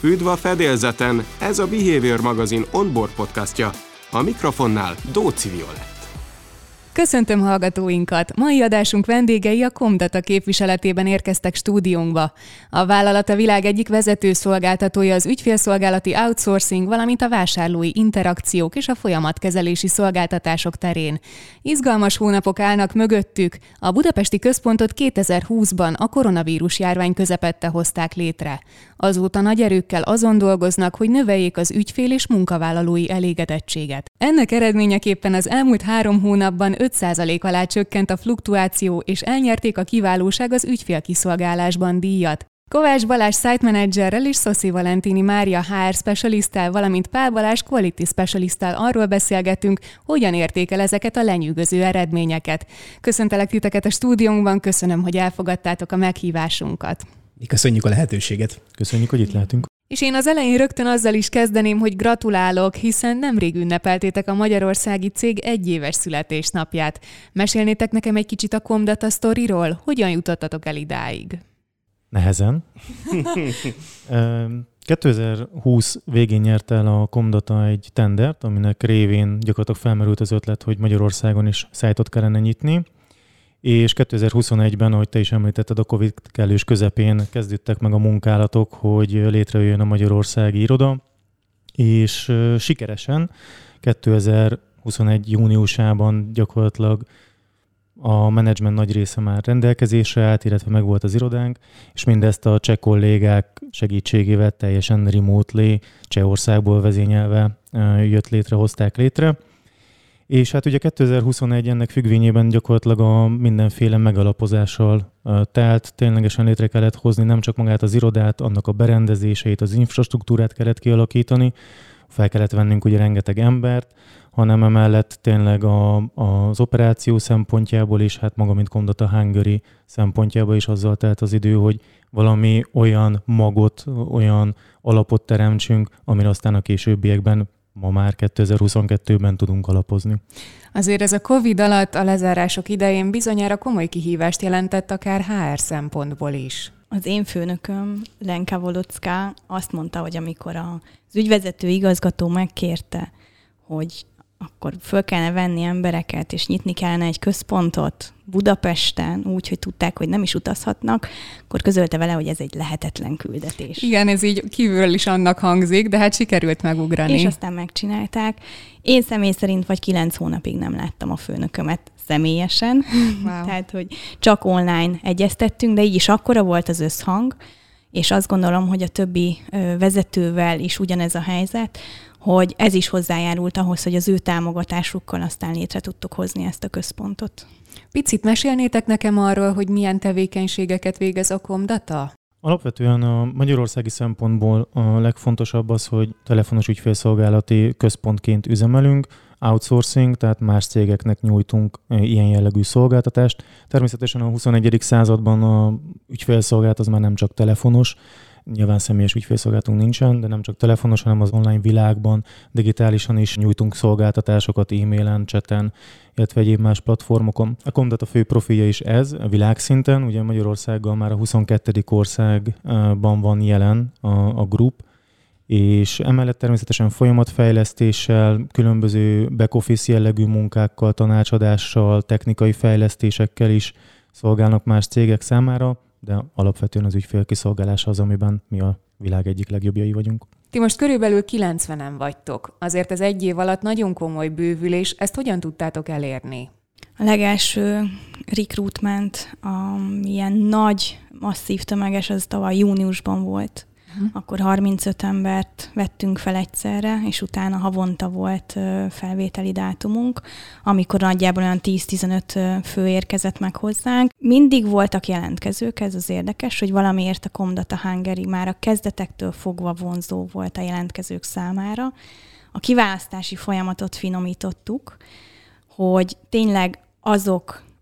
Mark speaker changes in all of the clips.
Speaker 1: Üdv a fedélzeten, ez a Behavior magazin onboard podcastja. A mikrofonnál Dóczy Violett.
Speaker 2: Köszöntöm hallgatóinkat! Mai adásunk vendégei a Comdata képviseletében érkeztek stúdiónkba. A vállalat a világ egyik vezető szolgáltatója az ügyfélszolgálati outsourcing, valamint a vásárlói interakciók és a folyamatkezelési szolgáltatások terén. Izgalmas hónapok állnak mögöttük. A budapesti központot 2020-ban a koronavírus járvány közepette hozták létre. Azóta nagy erőkkel azon dolgoznak, hogy növeljék az ügyfél és munkavállalói elégedettséget. Ennek eredményeképpen az elmúlt 3 hónapban 5% alá csökkent a fluktuáció, és elnyerték a kiválóság az ügyfélkiszolgálásban díjat. Kovács Balázs site managerrel és Szoszi Valentini Mária HR specialisttel, valamint Pál Balázs quality specialisttel arról beszélgetünk, hogyan értékel ezeket a lenyűgöző eredményeket. Köszöntelek titeket a stúdiónkban, köszönöm, hogy elfogadtátok a meghívásunkat.
Speaker 3: Mi köszönjük a lehetőséget.
Speaker 4: Köszönjük, hogy itt lehetünk.
Speaker 2: És én az elején rögtön azzal is kezdeném, hogy gratulálok, hiszen nemrég ünnepeltétek a magyarországi cég 1 éves születésnapját. Mesélnétek nekem egy kicsit a Comdata sztoriról? Hogyan jutottatok el idáig?
Speaker 4: Nehezen. 2020 végén nyert el a Comdata egy tendert, aminek révén gyakorlatilag felmerült az ötlet, hogy Magyarországon is szájtot kellene nyitni. És 2021-ben, ahogy te is említetted, a Covid kellős közepén kezdődtek meg a munkálatok, hogy létrejöjjön a magyarországi iroda, és sikeresen 2021 júniusában gyakorlatilag a menedzsment nagy része már rendelkezésre állt, illetve meg volt az irodánk, és mindezt a cseh kollégák segítségével teljesen remotely, Csehországból vezényelve jött létre, hozták létre. És hát ugye 2021 ennek függvényében gyakorlatilag a mindenféle megalapozással telt, ténylegesen létre kellett hozni nem csak magát az irodát, annak a berendezéseit, az infrastruktúrát kellett kialakítani, fel kellett vennünk ugye rengeteg embert, hanem emellett tényleg az operáció szempontjából is, hát maga, mint Comdata Hungary szempontjából is azzal telt az idő, hogy valami olyan magot, olyan alapot teremtsünk, amire aztán a későbbiekben ma már 2022-ben tudunk alapozni.
Speaker 2: Azért ez a Covid alatt a lezárások idején bizonyára komoly kihívást jelentett akár HR szempontból is.
Speaker 5: Az én főnököm, Lenka Volocka azt mondta, hogy amikor az ügyvezető igazgató megkérte, hogy akkor föl kellene venni embereket, és nyitni kellene egy központot Budapesten, úgy, hogy tudták, hogy nem is utazhatnak, akkor közölte vele, hogy ez egy lehetetlen küldetés.
Speaker 2: Igen, ez így kívülről is annak hangzik, de hát sikerült megugrani.
Speaker 5: És aztán megcsinálták. Én személy szerint vagy 9 hónapig nem láttam a főnökömet személyesen, wow. Tehát, hogy csak online egyeztettünk, de így is akkora volt az összhang, és azt gondolom, hogy a többi vezetővel is ugyanez a helyzet, hogy ez is hozzájárult ahhoz, hogy az ő támogatásukkal aztán létre tudtuk hozni ezt a központot.
Speaker 2: Picit mesélnétek nekem arról, hogy milyen tevékenységeket végez a Comdata?
Speaker 4: Alapvetően a magyarországi szempontból a legfontosabb az, hogy telefonos ügyfélszolgálati központként üzemelünk, outsourcing, tehát más cégeknek nyújtunk ilyen jellegű szolgáltatást. Természetesen a 21. században a ügyfélszolgálat az már nem csak telefonos, nyilván személyes ügyfélszolgálatunk nincsen, de nem csak telefonos, hanem az online világban digitálisan is nyújtunk szolgáltatásokat e-mailen, chaten, illetve egyéb más platformokon. A Comdata fő profilja is ez, a világszinten, ugye Magyarországgal már a 22. országban van jelen a group, és emellett természetesen folyamatfejlesztéssel, különböző back-office jellegű munkákkal, tanácsadással, technikai fejlesztésekkel is szolgálnak más cégek számára, de alapvetően az ügyfélkiszolgálása az, amiben mi a világ egyik legjobbjai vagyunk.
Speaker 2: Ti most körülbelül 90-en vagytok. Azért ez 1 év alatt nagyon komoly bővülés. Ezt hogyan tudtátok elérni?
Speaker 5: A legelső recruitment, ilyen nagy, masszív tömeges, az tavaly júniusban volt. Akkor 35 embert vettünk fel egyszerre, és utána havonta volt felvételi dátumunk, amikor nagyjából olyan 10-15 fő érkezett meg hozzánk. Mindig voltak jelentkezők, ez az érdekes, hogy valamiért a Comdata Hungary már a kezdetektől fogva vonzó volt a jelentkezők számára. A kiválasztási folyamatot finomítottuk, hogy tényleg azok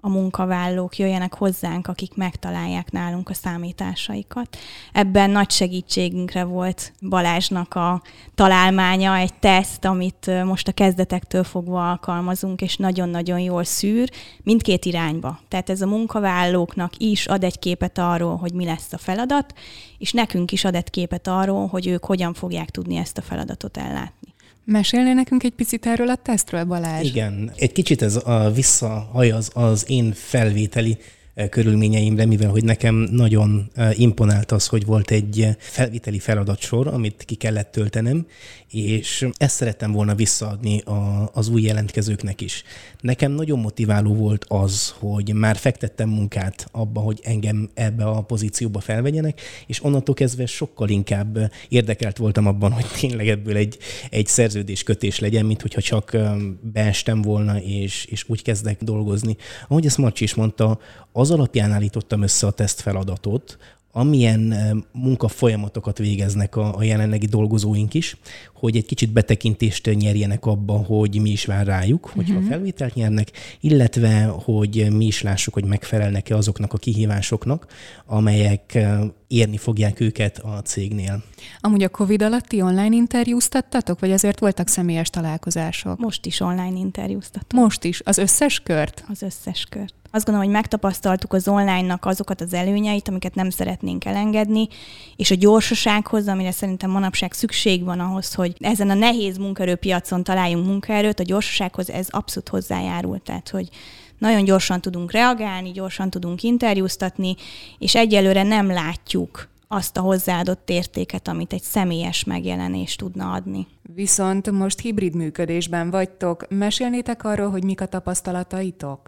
Speaker 5: a munkavállalók jöjjenek hozzánk, akik megtalálják nálunk a számításaikat. Ebben nagy segítségünkre volt Balázsnak a találmánya, egy teszt, amit most a kezdetektől fogva alkalmazunk, és nagyon-nagyon jól szűr mindkét irányba. Tehát ez a munkavállalóknak is ad egy képet arról, hogy mi lesz a feladat, és nekünk is ad egy képet arról, hogy ők hogyan fogják tudni ezt a feladatot ellátni.
Speaker 2: Mesélnél nekünk egy picit erről a tesztről, Balázs?
Speaker 3: Igen, egy kicsit ez visszahajaz az én felvételi körülményeimre, mivel hogy nekem nagyon imponált az, hogy volt egy felvételi feladatsor, amit ki kellett töltenem, és ezt szerettem volna visszaadni az új jelentkezőknek is. Nekem nagyon motiváló volt az, hogy már fektettem munkát abba, hogy engem ebbe a pozícióba felvegyenek, és onnantól kezdve sokkal inkább érdekelt voltam abban, hogy tényleg ebből egy szerződéskötés legyen, mint hogyha csak beestem volna, és úgy kezdek dolgozni. Ahogy ezt Marcsi is mondta, az alapján állítottam össze a tesztfeladatot, amilyen munkafolyamatokat végeznek a jelenlegi dolgozóink is, hogy egy kicsit betekintést nyerjenek abba, hogy mi is vár rájuk, hogyha felvételt nyernek, illetve hogy mi is lássuk, hogy megfelelnek-e azoknak a kihívásoknak, amelyek érni fogják őket a cégnél.
Speaker 2: Amúgy a Covid alatti online interjúztattatok, vagy azért voltak személyes találkozások?
Speaker 5: Most is online interjúztatok.
Speaker 2: Most is? Az összes kört?
Speaker 5: Az összes kört. Azt gondolom, hogy megtapasztaltuk az online-nak azokat az előnyeit, amiket nem szeretnénk elengedni, és a gyorsasághoz, amire szerintem manapság szükség van ahhoz, hogy ezen a nehéz munkaerőpiacon találjunk munkaerőt, a gyorsasághoz ez abszolút hozzájárul. Tehát, hogy nagyon gyorsan tudunk reagálni, gyorsan tudunk interjúztatni, és egyelőre nem látjuk azt a hozzáadott értéket, amit egy személyes megjelenés tudna adni.
Speaker 2: Viszont most hibrid működésben vagytok. Mesélnétek arról, hogy mik a tapasztalataitok?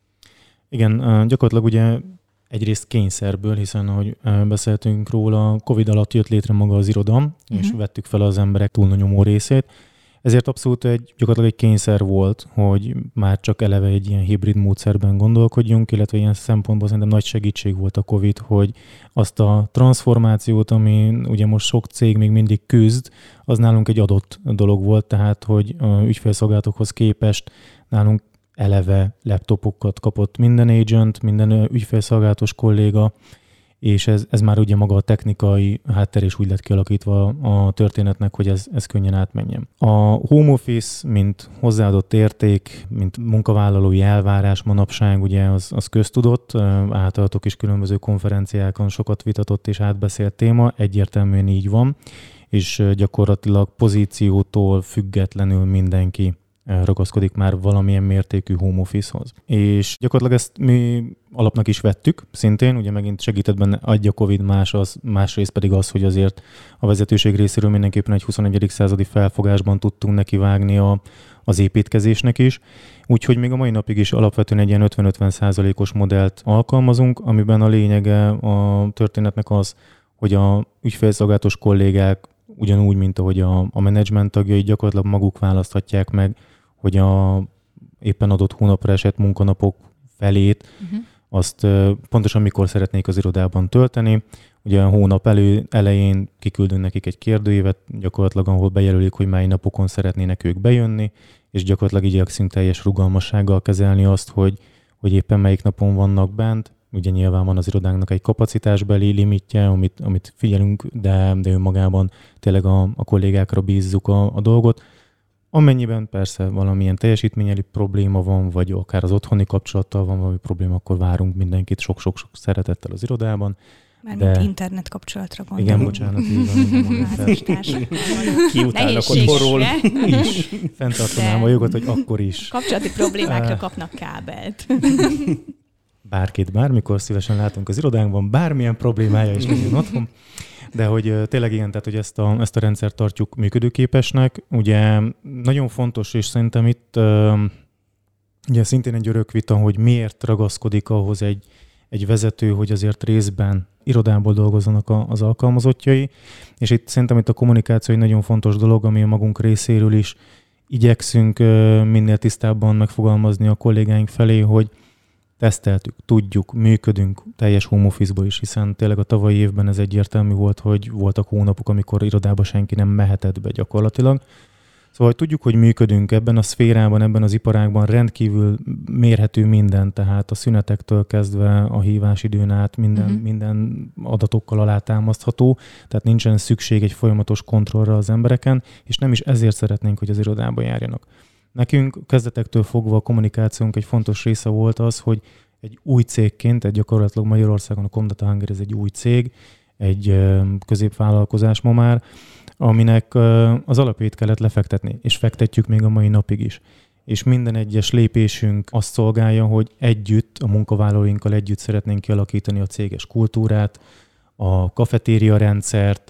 Speaker 4: Igen, gyakorlatilag ugye egyrészt kényszerből, hiszen ahogy beszéltünk róla, Covid alatt jött létre maga az iroda, és vettük fel az emberek túlnyomó részét. Ezért abszolút gyakorlatilag egy kényszer volt, hogy már csak eleve egy ilyen hibrid módszerben gondolkodjunk, illetve ilyen szempontból szerintem nagy segítség volt a Covid, hogy azt a transformációt, ami ugye most sok cég még mindig küzd, az nálunk egy adott dolog volt, tehát hogy ügyfélszolgálatokhoz képest nálunk eleve laptopokat kapott minden agent, minden ügyfélszolgálatos kolléga, és ez már ugye maga a technikai háttér is úgy lett kialakítva a történetnek, hogy ez könnyen átmenjen. A home office, mint hozzáadott érték, mint munkavállalói elvárás manapság, ugye az köztudott, általatok is különböző konferenciákon sokat vitatott és átbeszélt téma, egyértelműen így van, és gyakorlatilag pozíciótól függetlenül mindenki ragaszkodik már valamilyen mértékű home office-hoz. És gyakorlatilag ezt mi alapnak is vettük, szintén, ugye megint segített benne adja Covid, másrészt pedig az, hogy azért a vezetőség részéről mindenképpen egy 21. századi felfogásban tudtunk nekivágni az építkezésnek is. Úgyhogy még a mai napig is alapvetően egy ilyen 50-50%-os modellt alkalmazunk, amiben a lényege a történetnek az, hogy a ügyfélszolgálatos kollégák ugyanúgy, mint ahogy a menedzsment tagjai gyakorlatilag maguk választhatják meg, hogy a éppen adott hónapra esett munkanapok felét, azt pontosan mikor szeretnék az irodában tölteni. Ugye a hónap elején kiküldünk nekik egy kérdőívet, gyakorlatilag ahol bejelölik, hogy mely napokon szeretnének ők bejönni, és gyakorlatilag igyekszünk teljes rugalmassággal kezelni azt, hogy éppen melyik napon vannak bent. Ugye nyilván van az irodánknak egy kapacitásbeli limitje, amit figyelünk, de önmagában tényleg a kollégákra bízzuk a dolgot. Amennyiben persze valamilyen teljesítményeli probléma van, vagy akár az otthoni kapcsolattal van valami probléma, akkor várunk mindenkit sok-sok szeretettel az irodában.
Speaker 5: Mármint internet kapcsolatra gondolom.
Speaker 4: Igen, bocsánat, így van.
Speaker 3: Kiutálnak otthonról
Speaker 4: is. Fenntartanám a jogot, hogy akkor is.
Speaker 5: Kapcsolati problémákra kapnak kábelt.
Speaker 4: Bárkit bármikor szívesen látunk az irodánkban, bármilyen problémája is legyen otthon. De hogy tényleg igen, tehát hogy ezt a rendszert tartjuk működőképesnek. Ugye nagyon fontos, és szerintem itt ugye szintén egy örök vita, hogy miért ragaszkodik ahhoz egy vezető, hogy azért részben irodából dolgozzanak az alkalmazottjai. És itt szerintem itt a kommunikáció egy nagyon fontos dolog, ami a magunk részéről is igyekszünk minél tisztábban megfogalmazni a kollégáink felé, hogy teszteltük, tudjuk, működünk teljes home office-ból is, hiszen tényleg a tavalyi évben ez egyértelmű volt, hogy voltak hónapok, amikor irodába senki nem mehetett be gyakorlatilag. Szóval tudjuk, hogy működünk ebben a szférában, ebben az iparágban, rendkívül mérhető minden, tehát a szünetektől kezdve a hívásidőn át minden adatokkal alátámasztható, tehát nincsen szükség egy folyamatos kontrollra az embereken, és nem is ezért szeretnénk, hogy az irodába járjanak. Nekünk kezdetektől fogva a kommunikációnk egy fontos része volt az, hogy egy új cégként, egy gyakorlatilag Magyarországon a Comdata Hungary ez egy új cég, egy középvállalkozás ma már, aminek az alapjait kellett lefektetni, és fektetjük még a mai napig is. És minden egyes lépésünk azt szolgálja, hogy együtt, a munkavállalóinkkal együtt szeretnénk kialakítani a céges kultúrát, a kafetéria rendszert,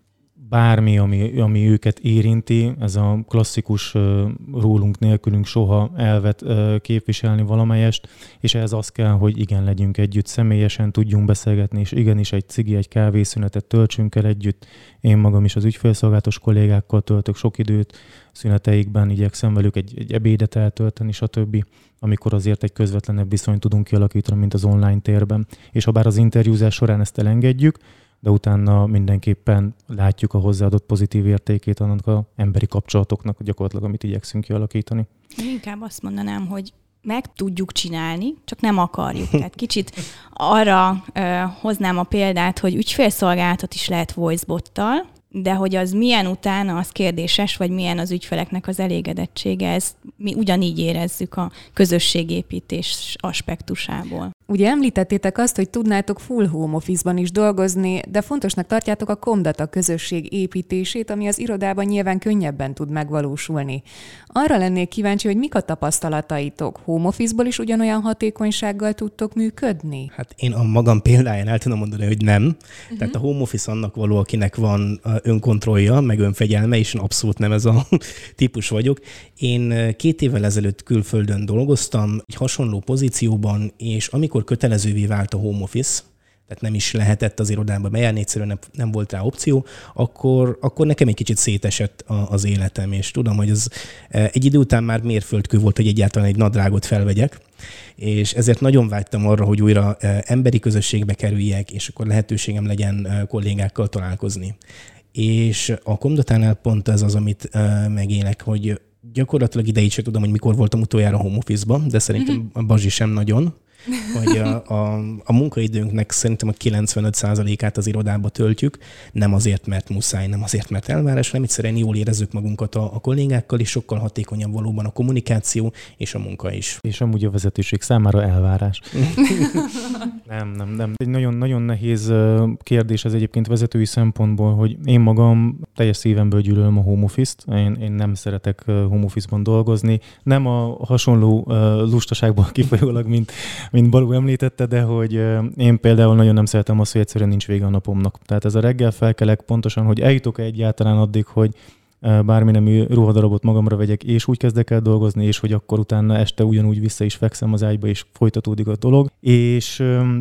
Speaker 4: bármi, ami őket érinti, ez a klasszikus rólunk nélkülünk soha elvet képviselni valamelyest, és ehhez az kell, hogy igen, legyünk együtt, személyesen tudjunk beszélgetni, és igenis egy cigi, egy kávészünetet töltsünk el együtt. Én magam is az ügyfélszolgálatos kollégákkal töltök sok időt, szüneteikben igyekszem velük egy ebédet eltölteni, stb., amikor azért egy közvetlenebb viszonyt tudunk kialakítani, mint az online térben. És ha bár az interjúzás során ezt elengedjük, de utána mindenképpen látjuk a hozzáadott pozitív értékét annak az emberi kapcsolatoknak, gyakorlatilag, amit igyekszünk kialakítani.
Speaker 5: Én inkább azt mondanám, hogy meg tudjuk csinálni, csak nem akarjuk. Tehát kicsit arra hoznám a példát, hogy ügyfélszolgálatot is lehet voicebottal, de hogy az milyen utána, az kérdéses, vagy milyen az ügyfeleknek az elégedettsége, ezt mi ugyanígy érezzük a közösségépítés aspektusából.
Speaker 2: Ugye említettétek azt, hogy tudnátok full home office-ban is dolgozni, de fontosnak tartjátok a Comdata közösség építését, ami az irodában nyilván könnyebben tud megvalósulni. Arra lennék kíváncsi, hogy mik a tapasztalataitok? Home office-ból is ugyanolyan hatékonysággal tudtok működni?
Speaker 3: Hát én a magam példáján el tudom mondani, hogy nem. Tehát a home office annak való, akinek van önkontrollja, meg önfegyelme, és abszolút nem ez a típus vagyok. Én 2 évvel ezelőtt külföldön dolgoztam, egy hasonló pozícióban, és amikor kötelezővé vált a home office, tehát nem is lehetett az irodába bejárni, egyszerűen nem volt rá opció, akkor nekem egy kicsit szétesett az életem, és tudom, hogy ez egy idő után már mérföldkő volt, hogy egyáltalán egy nadrágot felvegyek, és ezért nagyon vágytam arra, hogy újra emberi közösségbe kerüljek, és akkor lehetőségem legyen kollégákkal találkozni. És a Comdatánál pont ez az, amit megélek, hogy gyakorlatilag ideig sem tudom, hogy mikor voltam utoljára home office-ban, de szerintem a Bazsi sem nagyon. Hogy a munkaidőnknek szerintem a 95%-át az irodába töltjük, nem azért, mert muszáj, nem azért, mert elvárás, hanem egyszerűen jól érezzük magunkat a kollégákkal, és sokkal hatékonyabb valóban a kommunikáció és a munka is.
Speaker 4: És amúgy a vezetőség számára elvárás. Nem. Egy nagyon nehéz kérdés ez egyébként vezetői szempontból, hogy én magam teljes szívemből gyűlölöm a home office-t. Én nem szeretek home office-ban dolgozni. Nem a hasonló lustaságból kifolyólag, mint Balú említette, de hogy én például nagyon nem szeretem azt, hogy egyszerűen nincs vége a napomnak. Tehát ez a reggel felkelek pontosan, hogy eljutok egyáltalán addig, hogy bármi nemű ruhadarabot magamra vegyek, és úgy kezdek el dolgozni, és hogy akkor utána este ugyanúgy vissza is fekszem az ágyba, és folytatódik a dolog. És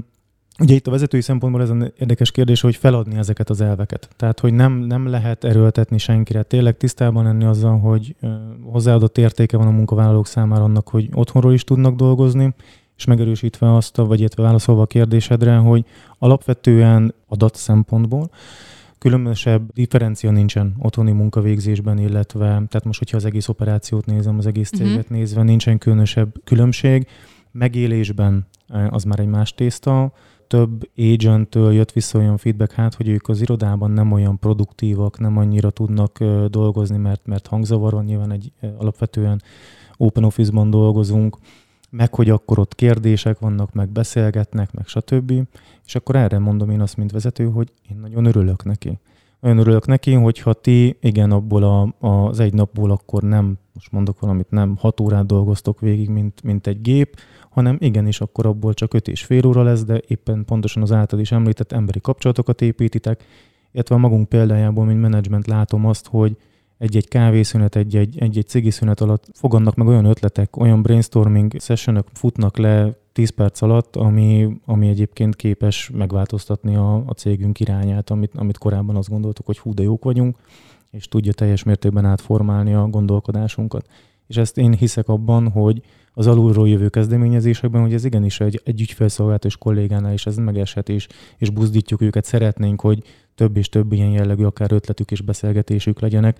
Speaker 4: ugye itt a vezetői szempontból ez az érdekes kérdés, hogy feladni ezeket az elveket. Tehát, hogy nem lehet erőltetni senkire. Tényleg tisztában lenni azzal, hogy hozzáadott értéke van a munkavállalók számára annak, hogy otthonról is tudnak dolgozni, és megerősítve azt, vagy illetve válaszolva a kérdésedre, hogy alapvetően adat szempontból különösebb differencia nincsen otthoni munkavégzésben, illetve, tehát most, hogyha az egész operációt nézem, az egész céget nézve, nincsen különösebb különbség. Megélésben az már egy más tészta. Több agenttől jött vissza olyan feedback, hogy ők az irodában nem olyan produktívak, nem annyira tudnak dolgozni, mert hangzavar van, nyilván alapvetően open office-ban dolgozunk, meg hogy akkor ott kérdések vannak, meg beszélgetnek, meg stb. És akkor erre mondom én azt, mint vezető, hogy én nagyon örülök neki. Nagyon örülök neki, hogyha ti, igen, abból az egy napból akkor nem, most mondok valamit, nem 6 órát dolgoztok végig, mint egy gép, hanem igenis akkor abból csak 5,5 óra lesz, de éppen pontosan az által is említett emberi kapcsolatokat építitek, illetve a magunk példájából, mint menedzsment látom azt, hogy egy-egy kávészünet, egy-egy cigiszünet alatt fogadnak meg olyan ötletek, olyan brainstorming sessionök futnak le 10 perc alatt, ami egyébként képes megváltoztatni a cégünk irányát, amit korábban azt gondoltuk, hogy hú, de jók vagyunk, és tudja teljes mértékben átformálni a gondolkodásunkat. És ezt én hiszek abban, hogy az alulról jövő kezdeményezésekben, hogy ez igenis egy ügyfélszolgálatos kollégánál is ez megeshet, és buzdítjuk őket, szeretnénk, hogy több és több ilyen jellegű akár ötletük és beszélgetésük legyenek,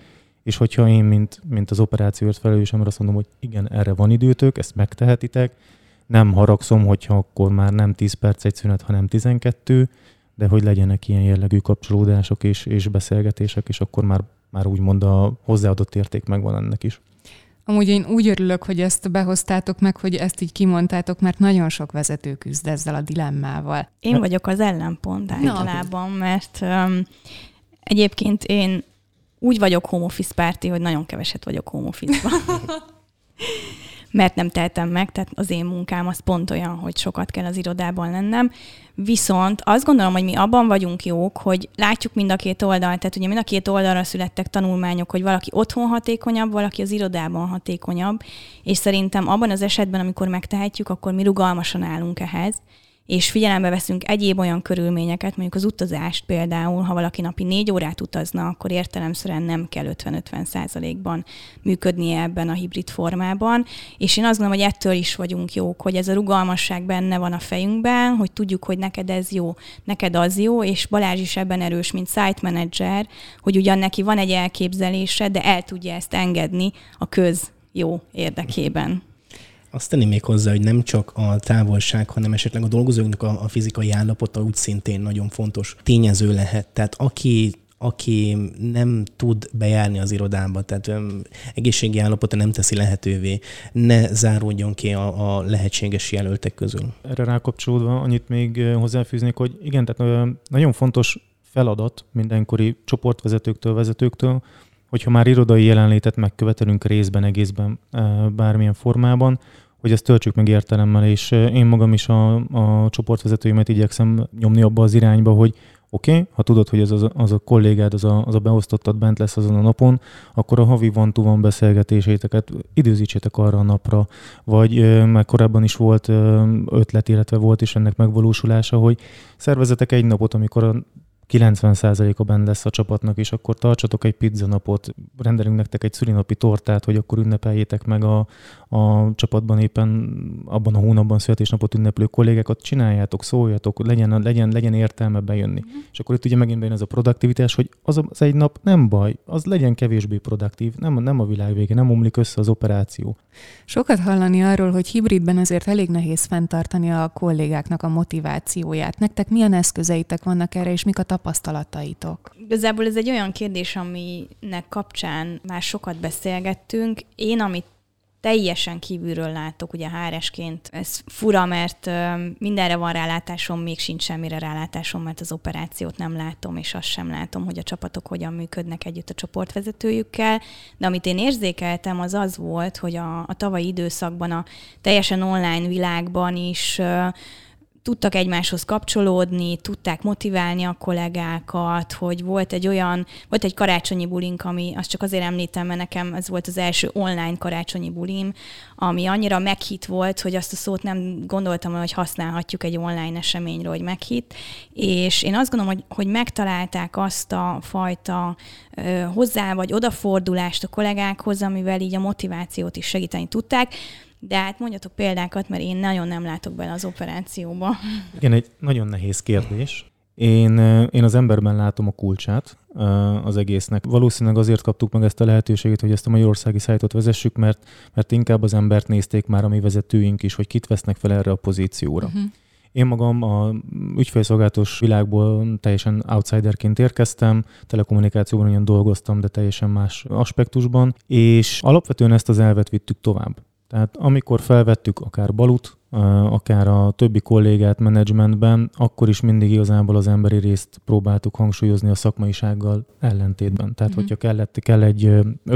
Speaker 4: és hogyha én, mint az operációért felelősem, azt mondom, hogy igen, erre van időtök, ezt megtehetitek, nem haragszom, hogyha akkor már nem 10 perc egy szünet, hanem 12, de hogy legyenek ilyen jellegű kapcsolódások és beszélgetések, és akkor már úgymond a hozzáadott érték megvan ennek is.
Speaker 2: Amúgy én úgy örülök, hogy ezt behoztátok meg, hogy ezt így kimondtátok, mert nagyon sok vezető küzd ezzel a dilemmával.
Speaker 5: Én vagyok az ellenpont általában, mert egyébként én úgy vagyok home office párti, hogy nagyon keveset vagyok home office-ban. Mert nem tehetem meg, tehát az én munkám az pont olyan, hogy sokat kell az irodában lennem. Viszont azt gondolom, hogy mi abban vagyunk jók, hogy látjuk mind a két oldalt, tehát ugye mind a két oldalra születtek tanulmányok, hogy valaki otthon hatékonyabb, valaki az irodában hatékonyabb, és szerintem abban az esetben, amikor megtehetjük, akkor mi rugalmasan állunk ehhez, és figyelembe veszünk egyéb olyan körülményeket, mondjuk az utazást például, ha valaki napi 4 órát utazna, akkor értelemszerűen nem kell 50-50%-ban működnie ebben a hibrid formában, és én azt gondolom, hogy ettől is vagyunk jók, hogy ez a rugalmasság benne van a fejünkben, hogy tudjuk, hogy neked ez jó, neked az jó, és Balázs is ebben erős, mint site manager, hogy ugyan neki van egy elképzelése, de el tudja ezt engedni a köz jó érdekében.
Speaker 3: Azt tenni még hozzá, hogy nem csak a távolság, hanem esetleg a dolgozóknak a fizikai állapota úgy szintén nagyon fontos tényező lehet. Tehát aki nem tud bejárni az irodába, tehát egészségi állapota nem teszi lehetővé, ne záródjon ki a lehetséges jelöltek közül.
Speaker 4: Erre rákapcsolódva annyit még hozzáfűznék, hogy igen, tehát nagyon fontos feladat mindenkori csoportvezetőktől, vezetőktől, hogyha már irodai jelenlétet megkövetelünk részben, egészben, bármilyen formában, hogy ezt töltsük meg értelemmel, és én magam is a csoportvezetőimet igyekszem nyomni abba az irányba, hogy oké, ha tudod, hogy az a kollégád, az a beosztottad bent lesz azon a napon, akkor a havi one-to-one beszélgetéséteket időzítsétek arra a napra, vagy már korábban is volt ötlet, illetve volt is ennek megvalósulása, hogy szervezetek egy napot, amikor a 90%-a benne lesz a csapatnak, és akkor tartsatok egy pizzanapot, rendelünk nektek egy szülinapi tortát, hogy akkor ünnepeljétek meg a csapatban éppen abban a hónapban születésnapot ünneplő kollégákat, csináljátok, szóljatok, legyen értelme bejönni. És akkor itt ugye megint bejön ez a produktivitás, hogy az egy nap nem baj, az legyen kevésbé produktív, nem a világ vége, nem omlik össze az operáció.
Speaker 2: Sokat hallani arról, hogy hibridben azért elég nehéz fenntartani a kollégáknak a motivációját. Nektek milyen eszközeitek vannak erre, és mik a tapasztalataitok?
Speaker 5: Igazából ez egy olyan kérdés, aminek kapcsán már sokat beszélgettünk. Én, amit teljesen kívülről látok, ugye HR-esként, ez fura, mert mindenre van rálátásom, még sincs semmire rálátásom, mert az operációt nem látom, és azt sem látom, hogy a csapatok hogyan működnek együtt a csoportvezetőjükkel. De amit én érzékeltem, az volt, hogy a tavalyi időszakban a teljesen online világban is tudtak egymáshoz kapcsolódni, tudták motiválni a kollégákat, hogy volt egy karácsonyi bulink, ami, azt csak azért említem, mert nekem ez volt az első online karácsonyi bulim, ami annyira meghitt volt, hogy azt a szót nem gondoltam, hogy használhatjuk egy online eseményről, hogy meghitt, és én azt gondolom, hogy megtalálták azt a fajta hozzá vagy odafordulást a kollégákhoz, amivel így a motivációt is segíteni tudták. De hát mondjatok példákat, mert én nagyon nem látok bele az operációba. Igen,
Speaker 4: egy nagyon nehéz kérdés. Én az emberben látom a kulcsát az egésznek. Valószínűleg azért kaptuk meg ezt a lehetőséget, hogy ezt a magyarországi szájtot vezessük, mert inkább az embert nézték már a mi vezetőink is, hogy kit vesznek fel erre a pozícióra. Uh-huh. Én magam a ügyfélszolgálatos világból teljesen outsiderként érkeztem, telekommunikációban ugyan dolgoztam, de teljesen más aspektusban, és alapvetően ezt az elvet vittük tovább. Tehát amikor felvettük akár Balut, akár a többi kollégát menedzsmentben, akkor is mindig igazából az emberi részt próbáltuk hangsúlyozni a szakmaisággal ellentétben. Tehát, hogyha kell egy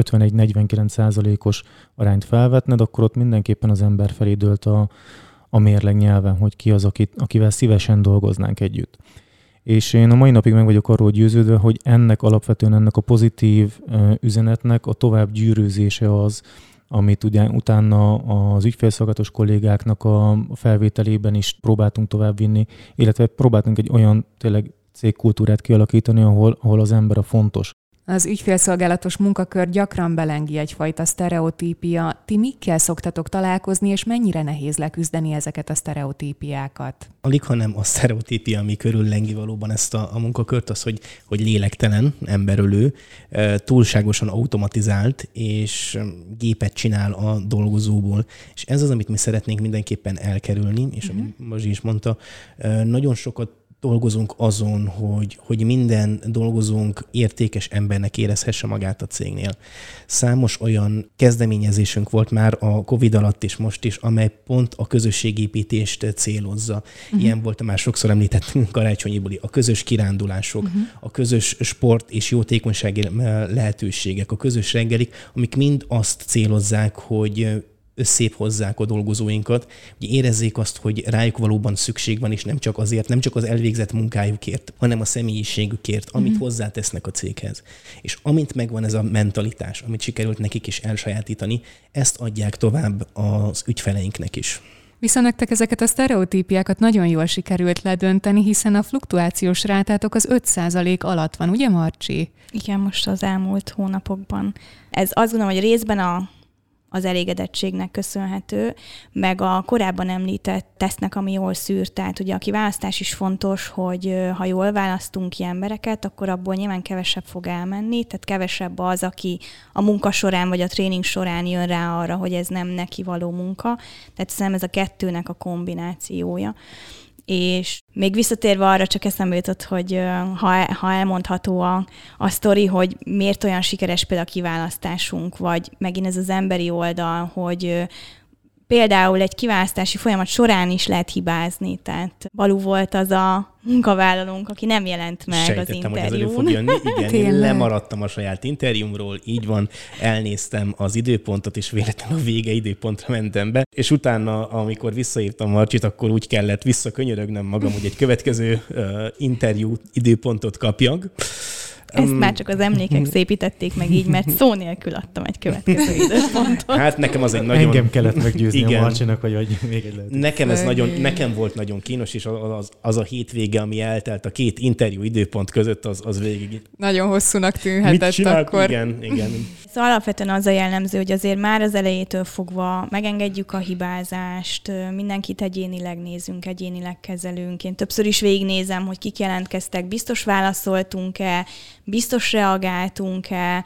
Speaker 4: 51-49%-os arányt felvetned, akkor ott mindenképpen az ember felé dőlt a mérleg nyelven, hogy ki az, akivel szívesen dolgoznánk együtt. És én a mai napig meg vagyok arról győződve, hogy ennek a pozitív üzenetnek a tovább gyűrűzése az, amit utána az ügyfélszolgálatos kollégáknak a felvételében is próbáltunk továbbvinni, illetve próbáltunk egy olyan tényleg cégkultúrát kialakítani, ahol az ember a fontos.
Speaker 2: Az ügyfélszolgálatos munkakör gyakran belengi egyfajta sztereotípia. Ti mikkel szoktatok találkozni, és mennyire nehéz leküzdeni ezeket a sztereotípiákat?
Speaker 3: Alig, hanem a sztereotípia, ami körüllengi valóban ezt a munkakört, az, hogy lélektelen, emberölő, túlságosan automatizált, és gépet csinál a dolgozóból. És ez az, amit mi szeretnénk mindenképpen elkerülni, és amit Mazsi is mondta, nagyon sokat dolgozunk azon, hogy minden dolgozónk értékes embernek érezhesse magát a cégnél. Számos olyan kezdeményezésünk volt már a Covid alatt és most is, amely pont a közösségépítést célozza. Ilyen volt a már sokszor említett karácsonyi buli, a közös kirándulások, a közös sport és jótékonysági lehetőségek, a közös reggelik, amik mind azt célozzák, hogy összép hozzák a dolgozóinkat, hogy érezzék azt, hogy rájuk valóban szükség van, és nem csak azért, nem csak az elvégzett munkájukért, hanem a személyiségükért, amit hozzátesznek a céghez. És amint megvan ez a mentalitás, amit sikerült nekik is elsajátítani, ezt adják tovább az ügyfeleinknek is.
Speaker 2: Viszont nektek ezeket a sztereotípiákat nagyon jól sikerült ledönteni, hiszen a fluktuációs rátátok az 5% alatt van, ugye Marcsi?
Speaker 5: Igen, most az elmúlt hónapokban. Ez azt gondolom, hogy részben az elégedettségnek köszönhető, meg a korábban említett tesznek, ami jól szűrt. Tehát ugye a kiválasztás is fontos, hogy ha jól választunk ki embereket, akkor abból nyilván kevesebb fog elmenni, tehát kevesebb az, aki a munka során vagy a tréning során jön rá arra, hogy ez nem neki való munka. Tehát szerintem ez a kettőnek a kombinációja. És még visszatérve arra csak eszembe jutott, hogy ha elmondható a sztori, hogy miért olyan sikeres például a kiválasztásunk, vagy megint ez az emberi oldal, hogy például egy kiválasztási folyamat során is lehet hibázni. Tehát Balú volt az a munkavállalónk, aki nem jelent meg
Speaker 3: Sejtettem,
Speaker 5: az interjún.
Speaker 3: hogy ez elő fog jönni. Igen, én lemaradtam a saját interjúmról, így van, elnéztem az időpontot, és véletlenül a vége időpontra mentem be. És utána, amikor visszaírtam Marcsit, akkor úgy kellett visszakönyörögnem magam, hogy egy következő interjú időpontot kapjak.
Speaker 5: Ezt már csak az emlékek szépítették meg így, mert szó nélkül adtam egy következő időpontot.
Speaker 3: Hát nekem az egy nagyon...
Speaker 4: Engem kellett meggyőzni a Marcsinak, vagy még egy lehet.
Speaker 3: Nekem volt nagyon kínos, és az a hétvége, ami eltelt a két interjú időpont között, az végig...
Speaker 2: Nagyon hosszúnak tűnhetett akkor.
Speaker 3: Igen.
Speaker 5: Szóval alapvetően az a jellemző, hogy azért már az elejétől fogva megengedjük a hibázást, mindenkit egyénileg nézünk, egyénileg kezelünk. Én többször is végignézem, hogy kik jelentkeztek, biztos válaszoltunk-e, biztos reagáltunk-e,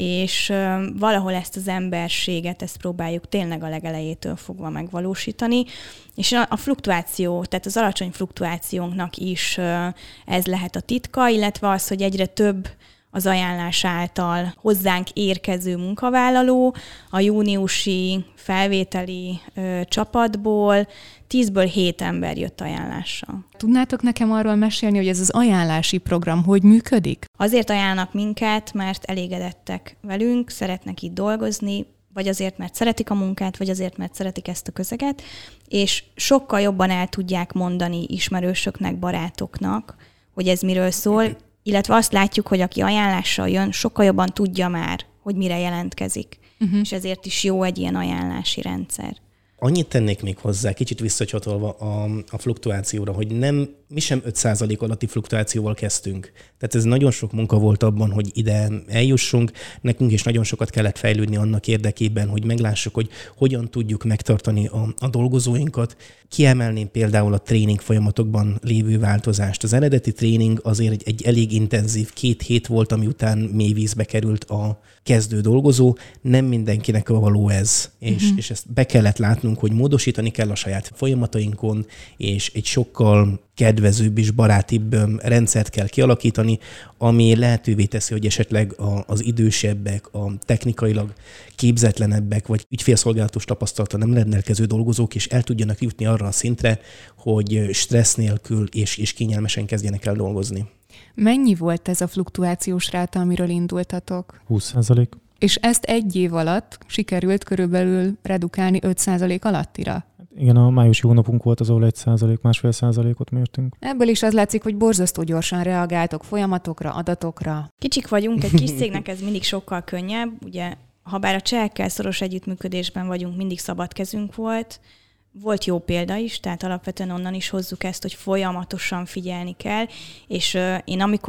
Speaker 5: és valahol ezt az emberséget, ezt próbáljuk tényleg a legelejétől fogva megvalósítani. És a fluktuáció, tehát az alacsony fluktuációnknak is ez lehet a titka, illetve az, hogy egyre több az ajánlás által hozzánk érkező munkavállaló, a júniusi felvételi csapatból 10-ből 7 ember jött ajánlással.
Speaker 2: Tudnátok nekem arról mesélni, hogy ez az ajánlási program hogy működik?
Speaker 5: Azért ajánlnak minket, mert elégedettek velünk, szeretnek itt dolgozni, vagy azért, mert szeretik a munkát, vagy azért, mert szeretik ezt a közeget, és sokkal jobban el tudják mondani ismerősöknek, barátoknak, hogy ez miről szól, illetve azt látjuk, hogy aki ajánlással jön, sokkal jobban tudja már, hogy mire jelentkezik. És ezért is jó egy ilyen ajánlási rendszer.
Speaker 3: Annyit tennék még hozzá, kicsit visszacsatolva a fluktuációra, hogy mi sem 5% alatti fluktuációval kezdtünk. Tehát ez nagyon sok munka volt abban, hogy ide eljussunk. Nekünk is nagyon sokat kellett fejlődni annak érdekében, hogy meglássuk, hogy hogyan tudjuk megtartani a dolgozóinkat. Kiemelném például a tréning folyamatokban lévő változást. Az eredeti tréning azért egy elég intenzív 2 hét volt, ami után mély vízbe került a kezdő dolgozó. Nem mindenkinek való ez. És ezt be kellett látnunk, hogy módosítani kell a saját folyamatainkon, és egy sokkal kedvezőbb és barátibb rendszert kell kialakítani, ami lehetővé teszi, hogy esetleg az idősebbek, a technikailag képzetlenebbek, vagy ügyfélszolgálatos tapasztalata nem rendelkező dolgozók is el tudjanak jutni arra a szintre, hogy stressz nélkül és kényelmesen kezdjenek el dolgozni.
Speaker 2: Mennyi volt ez a fluktuációs ráta, amiről indultatok?
Speaker 4: 20%.
Speaker 2: És ezt egy év alatt sikerült körülbelül redukálni 5% alattira?
Speaker 4: Igen, a májusi hónapunk volt az, ahol 1%-1,5%-ot mértünk.
Speaker 2: Ebből is az látszik, hogy borzasztó gyorsan reagáltok folyamatokra, adatokra.
Speaker 5: Kicsik vagyunk, egy kis cégnek ez mindig sokkal könnyebb. Ugye, habár a csehekkel szoros együttműködésben vagyunk, mindig szabad kezünk volt. Volt jó példa is, tehát alapvetően onnan is hozzuk ezt, hogy folyamatosan figyelni kell. És én amikor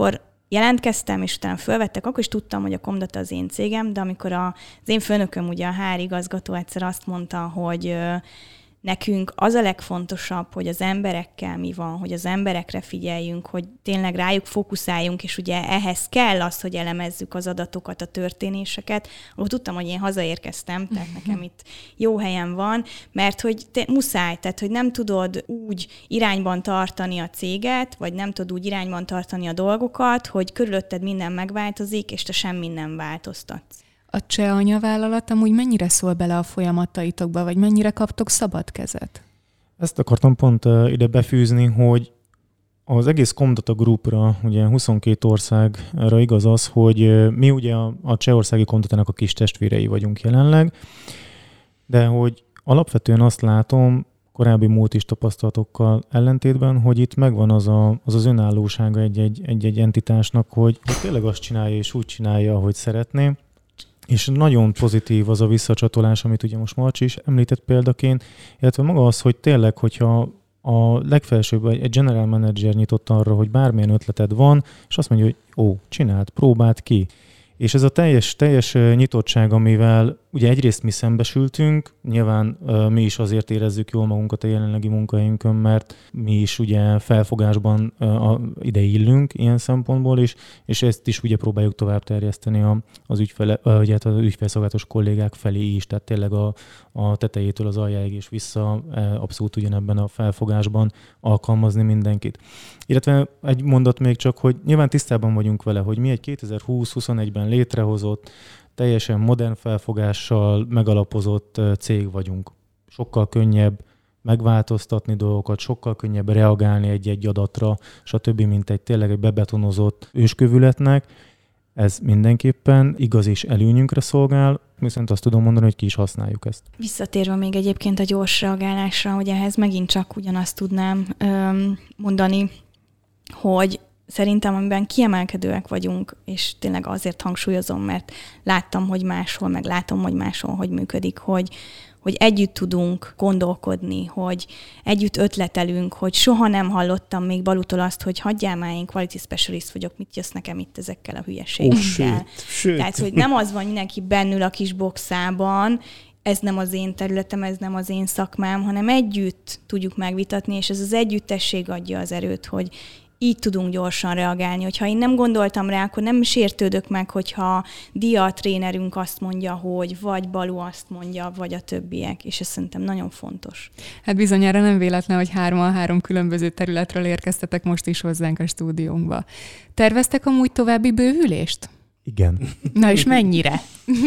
Speaker 5: jelentkeztem, és utána fölvettek, akkor is tudtam, hogy a Comdata az én cégem, de amikor az én főnököm, ugye a HR igazgató egyszer azt mondta, hogy nekünk az a legfontosabb, hogy az emberekkel mi van, hogy az emberekre figyeljünk, hogy tényleg rájuk fókuszáljunk, és ugye ehhez kell az, hogy elemezzük az adatokat, a történéseket, akkor tudtam, hogy én hazaérkeztem, tehát nekem itt jó helyen van, mert hogy muszáj, tehát hogy nem tudod úgy irányban tartani a céget, vagy nem tudod úgy irányban tartani a dolgokat, hogy körülötted minden megváltozik, és te semmin nem változtatsz.
Speaker 2: A cseh anyavállalat amúgy mennyire szól bele a folyamataitokba, vagy mennyire kaptok szabad kezet?
Speaker 4: Ezt akartam pont ide befűzni, hogy az egész Comdata Groupra, ugye 22 országra igaz az, hogy mi ugye a csehországi Comdatának a kis testvérei vagyunk jelenleg, de hogy alapvetően azt látom, korábbi múlt is tapasztalatokkal ellentétben, hogy itt megvan az önállósága egy entitásnak, hogy tényleg azt csinálja és úgy csinálja, ahogy szeretné. És nagyon pozitív az a visszacsatolás, amit ugye most Marcsi is említett példaként, illetve maga az, hogy tényleg, hogyha a legfelsőbb egy general manager nyitott arra, hogy bármilyen ötleted van, és azt mondja, hogy csináld, próbáld ki. És ez a teljes nyitottság, amivel ugye egyrészt mi szembesültünk, nyilván mi is azért érezzük jól magunkat a jelenlegi munkahelyünkön, mert mi is ugye felfogásban ide illünk ilyen szempontból is, és ezt is ugye próbáljuk tovább terjeszteni az ügyfélszolgálatos kollégák felé is, tehát tényleg a tetejétől az aljáig és vissza abszolút ugyanebben a felfogásban alkalmazni mindenkit. Illetve egy mondat még csak, hogy nyilván tisztában vagyunk vele, hogy mi egy 2020-21-ben létrehozott, teljesen modern felfogással megalapozott cég vagyunk. Sokkal könnyebb megváltoztatni dolgokat, sokkal könnyebb reagálni egy-egy adatra, stb. Mint tényleg egy bebetonozott őskövületnek. Ez mindenképpen igaz és előnyünkre szolgál, viszont azt tudom mondani, hogy ki is használjuk ezt.
Speaker 5: Visszatérve még egyébként a gyors reagálásra, hogy ehhez megint csak ugyanazt tudnám mondani, hogy szerintem, amiben kiemelkedőek vagyunk, és tényleg azért hangsúlyozom, mert láttam, hogy máshol, meg látom, hogy máshol, hogy működik, hogy együtt tudunk gondolkodni, hogy együtt ötletelünk, hogy soha nem hallottam még Balutól azt, hogy hagyjál már, én quality specialist vagyok, mit jössz nekem itt ezekkel a hülyeségekkel.
Speaker 3: Sőt.
Speaker 5: Tehát, hogy nem az van, mindenki bennül a kis boxában, ez nem az én területem, ez nem az én szakmám, hanem együtt tudjuk megvitatni, és ez az együttesség adja az erőt, hogy így tudunk gyorsan reagálni. Hogyha én nem gondoltam rá, akkor nem sértődök meg, hogyha Dia trénerünk azt mondja, hogy vagy Balu azt mondja, vagy a többiek, és ez szerintem nagyon fontos.
Speaker 2: Hát bizonyára nem véletlen, hogy 3 különböző területről érkeztetek most is hozzánk a stúdiónkba. Terveztek amúgy további bővülést?
Speaker 4: Igen.
Speaker 2: Na és mennyire?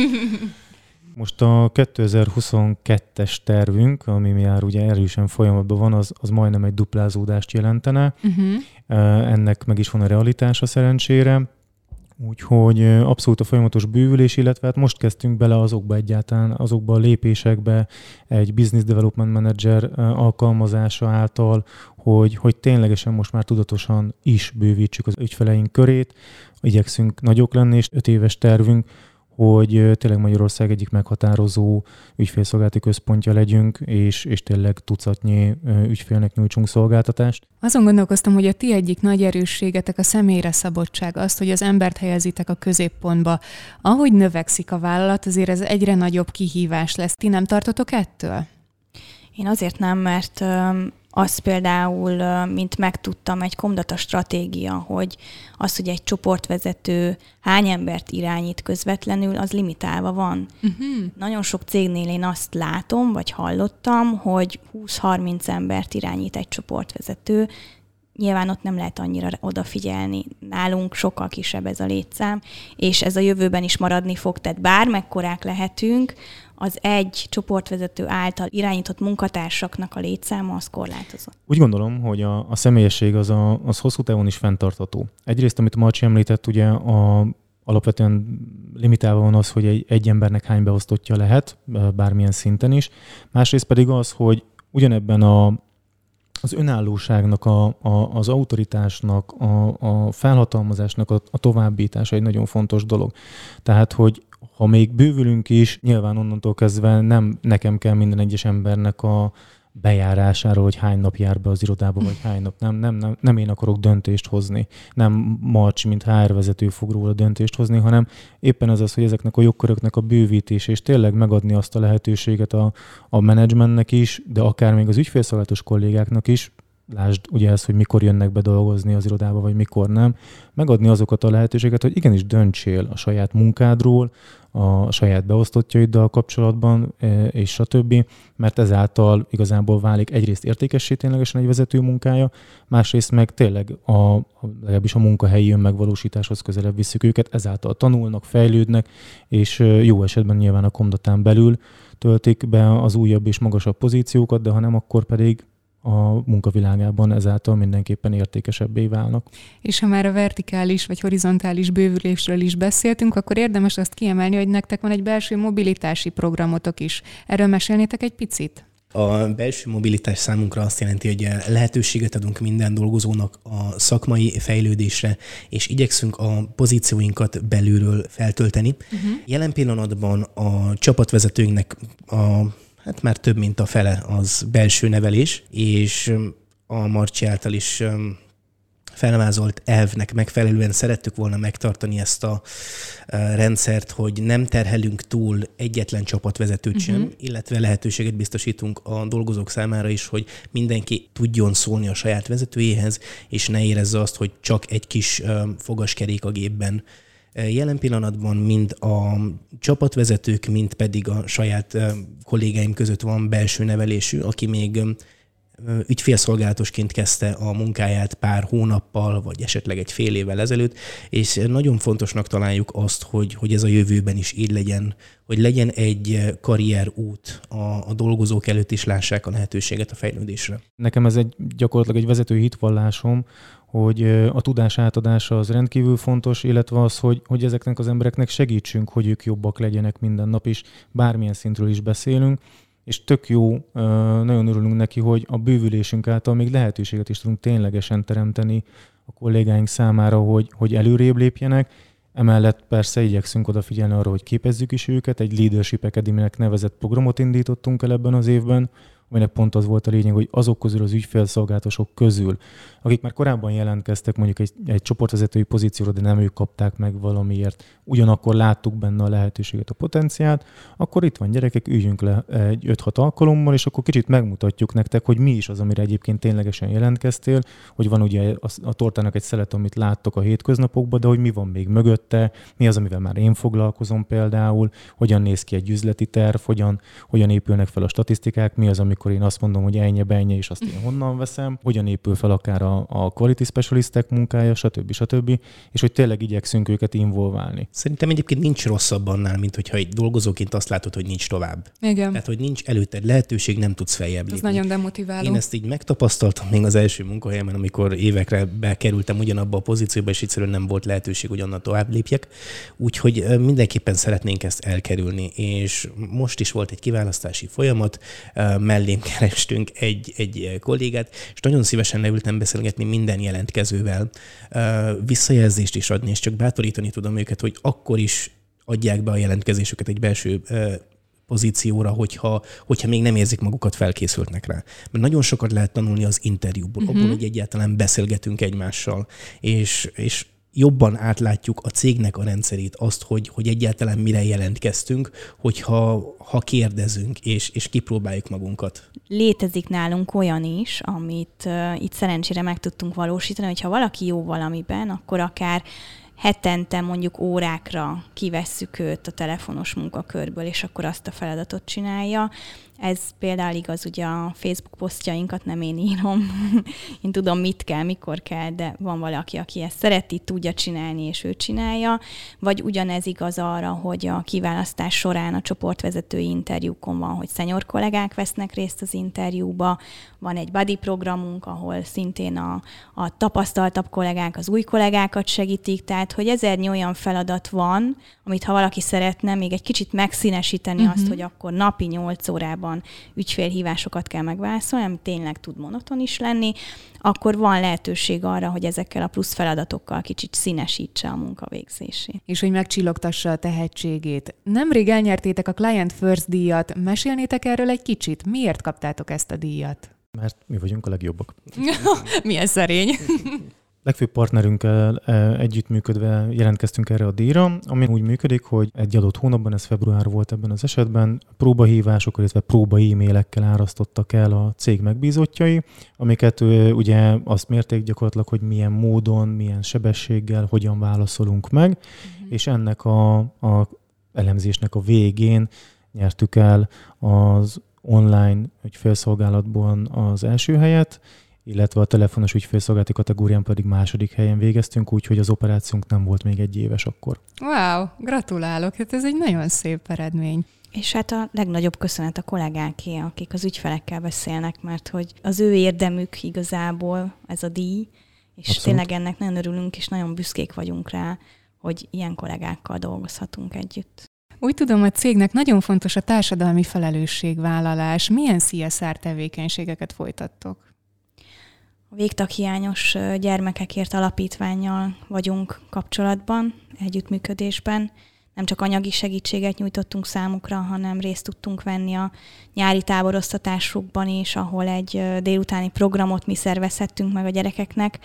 Speaker 4: Most a 2022-es tervünk, ami már ugye erősen folyamatban van, az majdnem egy duplázódást jelentene. Ennek meg is van a realitása szerencsére. Úgyhogy abszolút a folyamatos bővülés, illetve hát most kezdtünk bele azokba a lépésekbe egy Business Development Manager alkalmazása által, hogy ténylegesen most már tudatosan is bővítsük az ügyfeleink körét. Igyekszünk nagyok lenni, és 5 éves tervünk, hogy tényleg Magyarország egyik meghatározó ügyfélszolgálati központja legyünk, és tényleg tucatnyi ügyfélnek nyújtsunk szolgáltatást.
Speaker 2: Azon gondolkoztam, hogy a ti egyik nagy erősségetek a személyre szabadság, azt, hogy az embert helyezitek a középpontba. Ahogy növekszik a vállalat, azért ez egyre nagyobb kihívás lesz. Ti nem tartotok ettől?
Speaker 5: Én azért nem, mert az például, mint megtudtam, egy Comdata stratégia, hogy az, hogy egy csoportvezető hány embert irányít közvetlenül, az limitálva van. Nagyon sok cégnél én azt látom, vagy hallottam, hogy 20-30 embert irányít egy csoportvezető. Nyilván ott nem lehet annyira odafigyelni. Nálunk sokkal kisebb ez a létszám, és ez a jövőben is maradni fog, tehát bármekkorák lehetünk, az egy csoportvezető által irányított munkatársaknak a létszáma az korlátozott.
Speaker 4: Úgy gondolom, hogy a személyesség az hosszú távon is fenntartható. Egyrészt, amit Marcsi említett, ugye alapvetően limitálva van az, hogy egy embernek hány beosztottja lehet, bármilyen szinten is. Másrészt pedig az, hogy ugyanebben az önállóságnak, az autoritásnak, a felhatalmazásnak a továbbítása egy nagyon fontos dolog. Tehát, hogy ha még bővülünk is, nyilván onnantól kezdve nem nekem kell minden egyes embernek bejárásáról, hogy hány nap jár be az irodába, vagy hány nap nem én akarok döntést hozni. Nem Marcsi, mint HR vezető fog róla döntést hozni, hanem éppen az, hogy ezeknek a jogköröknek a bővítés, és tényleg megadni azt a lehetőséget a menedzsmentnek is, de akár még az ügyfélszolgálatos kollégáknak is, lásd ugye ez, hogy mikor jönnek be dolgozni az irodába, vagy mikor nem, megadni azokat a lehetőséget, hogy igenis döntsél a saját munkádról, a saját beosztottjaiddal kapcsolatban, és stb., mert ezáltal igazából válik egyrészt értékessé ténylegesen egy vezető munkája, másrészt meg tényleg legalábbis a munkahelyi önmegvalósításhoz közelebb visszük őket, ezáltal tanulnak, fejlődnek, és jó esetben nyilván a Comdatán belül töltik be az újabb és magasabb pozíciókat, de ha nem, akkor pedig a munkavilágában ezáltal mindenképpen értékesebbé válnak.
Speaker 2: És ha már a vertikális vagy horizontális bővülésről is beszéltünk, akkor érdemes azt kiemelni, hogy nektek van egy belső mobilitási programotok is. Erről mesélnétek egy picit?
Speaker 3: A belső mobilitás számunkra azt jelenti, hogy lehetőséget adunk minden dolgozónak a szakmai fejlődésre, és igyekszünk a pozícióinkat belülről feltölteni. Jelen pillanatban a csapatvezetőinknek hát már több mint a fele az belső nevelés, és a Marcsi által is felvázolt elvnek megfelelően szerettük volna megtartani ezt a rendszert, hogy nem terhelünk túl egyetlen csapatvezetőt sem, illetve lehetőséget biztosítunk a dolgozók számára is, hogy mindenki tudjon szólni a saját vezetőjéhez, és ne érezze azt, hogy csak egy kis fogaskerék a gépben. Jelen pillanatban mind a csapatvezetők, mind pedig a saját kollégáim között van belső nevelésű, aki még ügyfélszolgálatosként kezdte a munkáját pár hónappal, vagy esetleg egy fél évvel ezelőtt, és nagyon fontosnak találjuk azt, hogy ez a jövőben is így legyen, hogy legyen egy karrierút a dolgozók előtt is lássák a lehetőséget a fejlődésre.
Speaker 4: Nekem ez gyakorlatilag egy vezetői hitvallásom, hogy a tudás átadása az rendkívül fontos, illetve az, hogy ezeknek az embereknek segítsünk, hogy ők jobbak legyenek minden nap is, bármilyen szintről is beszélünk, és tök jó, nagyon örülünk neki, hogy a bővülésünk által még lehetőséget is tudunk ténylegesen teremteni a kollégáink számára, hogy előrébb lépjenek. Emellett persze igyekszünk odafigyelni arra, hogy képezzük is őket, egy Leadership Academy-nek nevezett programot indítottunk el ebben az évben, aminek pont az volt a lényeg, hogy azok közül az ügyfélszolgálatosok közül, akik már korábban jelentkeztek mondjuk egy csoportvezetői pozícióra, de nem ők kapták meg valamiért, ugyanakkor láttuk benne a lehetőséget, a potenciált, akkor itt van gyerekek, üljünk le egy 5-6 alkalommal, és akkor kicsit megmutatjuk nektek, hogy mi is az, amire egyébként ténylegesen jelentkeztél, hogy van ugye a tortának egy szelet, amit láttok a hétköznapokban, de hogy mi van még mögötte, mi az, amivel már én foglalkozom például, hogyan néz ki egy üzleti terv, hogyan épülnek fel a statisztikák, mi az, amikor én azt mondom, hogy ennyi, és azt én honnan veszem, hogyan épül fel akár a quality specialistek munkája, stb. És hogy tényleg igyekszünk őket involválni.
Speaker 3: Szerintem egyébként nincs rosszabb annál, mint hogyha egy dolgozóként azt látod, hogy nincs tovább.
Speaker 2: Igen.
Speaker 3: Tehát, hogy nincs előtted lehetőség, nem tudsz feljebb lépni.
Speaker 2: Ez nagyon demotiváló.
Speaker 3: Én ezt így megtapasztaltam még az első munkahelyemen, amikor évekre bekerültem ugyanabba a pozícióba, és egyszerűen nem volt lehetőség, hogy onnan tovább lépjek. Úgyhogy mindenképpen szeretnénk ezt elkerülni. És most is volt egy kiválasztási folyamat, mellém kerestünk egy kollégát, és nagyon szívesen leültem beszélgetni minden jelentkezővel, visszajelzést is adni, és csak bátorítani tudom őket, hogy akkor is adják be a jelentkezésüket egy belső pozícióra, hogyha még nem érzik magukat felkészültnek rá. Mert nagyon sokat lehet tanulni az interjúból, abból, hogy egyáltalán beszélgetünk egymással, és jobban átlátjuk a cégnek a rendszerét, azt, hogy egyáltalán mire jelentkeztünk, ha kérdezünk, és kipróbáljuk magunkat.
Speaker 5: Létezik nálunk olyan is, amit itt szerencsére meg tudtunk valósítani, hogyha valaki jó valamiben, akkor akár hetente mondjuk órákra kivesszük őt a telefonos munkakörből, és akkor azt a feladatot csinálja. Ez például igaz, ugye a Facebook posztjainkat nem én írom. Én tudom, mit kell, mikor kell, de van valaki, aki ezt szereti, tudja csinálni, és ő csinálja. Vagy ugyanez igaz arra, hogy a kiválasztás során a csoportvezetői interjúkon van, hogy senior kollégák vesznek részt az interjúba. Van egy buddy programunk, ahol szintén a tapasztaltabb kollégák az új kollégákat segítik, tehát hogy ezernyi olyan feladat van, amit ha valaki szeretne még egy kicsit megszínesíteni azt, hogy akkor napi 8 órában órában ügyfélhívásokat kell megválaszolni, ami tényleg tud monoton is lenni, akkor van lehetőség arra, hogy ezekkel a plusz feladatokkal kicsit színesítse a munkavégzését.
Speaker 2: És hogy megcsillogtassa a tehetségét. Nemrég elnyertétek a Client First díjat. Mesélnétek erről egy kicsit? Miért kaptátok ezt a díjat?
Speaker 4: Mert mi vagyunk a legjobbak.
Speaker 2: Milyen szerény.
Speaker 4: Legfőbb partnerünkkel együttműködve jelentkeztünk erre a díjra, ami úgy működik, hogy egy adott hónapban, ez február volt ebben az esetben, próbahívásokkal, illetve próba e-mailekkel árasztottak el a cég megbízottjai, amiket ugye azt mérték gyakorlatilag, hogy milyen módon, milyen sebességgel, hogyan válaszolunk meg, és ennek a elemzésnek a végén nyertük el az online ügyfélszolgálatban az első helyet, illetve a telefonos ügyfélszolgálati kategórián pedig második helyen végeztünk, úgyhogy az operációnk nem volt még 1 éves akkor.
Speaker 2: Wow, gratulálok, hát ez egy nagyon szép eredmény.
Speaker 5: És hát a legnagyobb köszönet a kollégáké, akik az ügyfelekkel beszélnek, mert hogy az ő érdemük igazából ez a díj, és
Speaker 4: abszolút.
Speaker 5: Tényleg ennek nagyon örülünk, és nagyon büszkék vagyunk rá, hogy ilyen kollégákkal dolgozhatunk együtt.
Speaker 2: Úgy tudom, a cégnek nagyon fontos a társadalmi felelősségvállalás. Milyen CSR tevékenységeket folytattok?
Speaker 5: A Végtaghiányos gyermekekért alapítvánnyal vagyunk kapcsolatban, együttműködésben. Nem csak anyagi segítséget nyújtottunk számukra, hanem részt tudtunk venni a nyári táboroztatásukban is, ahol egy délutáni programot mi szervezhettünk meg a gyerekeknek.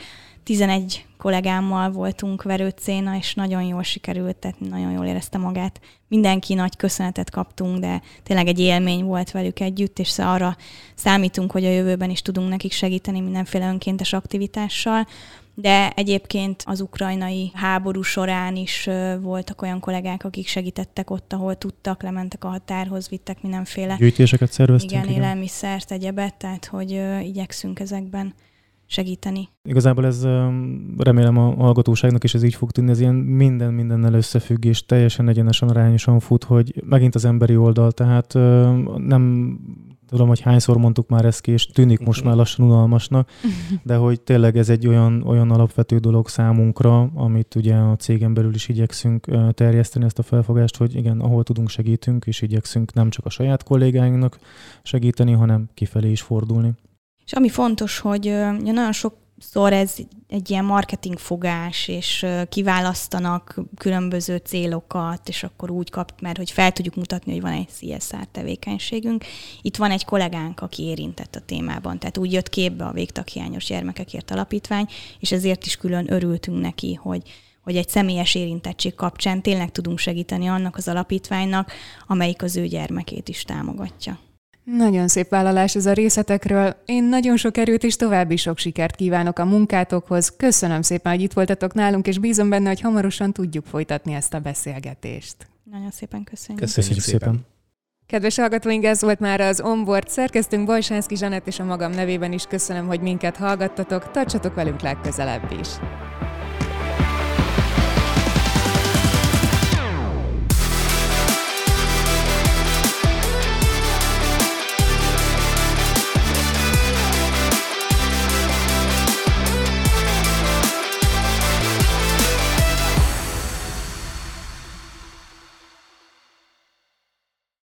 Speaker 5: 11 kollégámmal voltunk Verőcén, és nagyon jól sikerült, tehát nagyon jól érezte magát. Mindenki nagy köszönetet kaptunk, de tényleg egy élmény volt velük együtt, és arra számítunk, hogy a jövőben is tudunk nekik segíteni mindenféle önkéntes aktivitással. De egyébként az ukrajnai háború során is voltak olyan kollégák, akik segítettek ott, ahol tudtak, lementek a határhoz, vittek mindenféle
Speaker 4: gyűjtéseket szerveztünk.
Speaker 5: Igen, élelmiszert, egyebet, tehát hogy igyekszünk ezekben segíteni.
Speaker 4: Igazából ez remélem a hallgatóságnak is ez így fog tűnni, ez ilyen mindennel összefügg, és teljesen egyenesen, arányosan fut, hogy megint az emberi oldal, tehát nem tudom, hogy hányszor mondtuk már ezt ki, és tűnik most már lassan unalmasnak, de hogy tényleg ez egy olyan alapvető dolog számunkra, amit ugye a cégen belül is igyekszünk terjeszteni ezt a felfogást, hogy igen, ahol tudunk, segítünk, és igyekszünk nem csak a saját kollégáinknak segíteni, hanem kifelé is fordulni.
Speaker 5: És ami fontos, hogy nagyon sokszor ez egy ilyen marketingfogás, és kiválasztanak különböző célokat, és akkor úgy mert hogy fel tudjuk mutatni, hogy van egy CSR tevékenységünk. Itt van egy kollégánk, aki érintett a témában, tehát úgy jött képbe a Végtaghiányos gyermekekért alapítvány, és ezért is külön örültünk neki, hogy egy személyes érintettség kapcsán tényleg tudunk segíteni annak az alapítványnak, amelyik az ő gyermekét is támogatja.
Speaker 2: Nagyon szép vállalás ez a részletekről. Én nagyon sok erőt és további sok sikert kívánok a munkátokhoz. Köszönöm szépen, hogy itt voltatok nálunk, és bízom benne, hogy hamarosan tudjuk folytatni ezt a beszélgetést.
Speaker 5: Nagyon szépen köszönjük.
Speaker 4: Köszönjük szépen.
Speaker 2: Kedves hallgatóink, ez volt már az Onboard. Szerkesztőnk Bajsánszky Zsanett, és a magam nevében is köszönöm, hogy minket hallgattatok. Tartsatok velünk legközelebb is.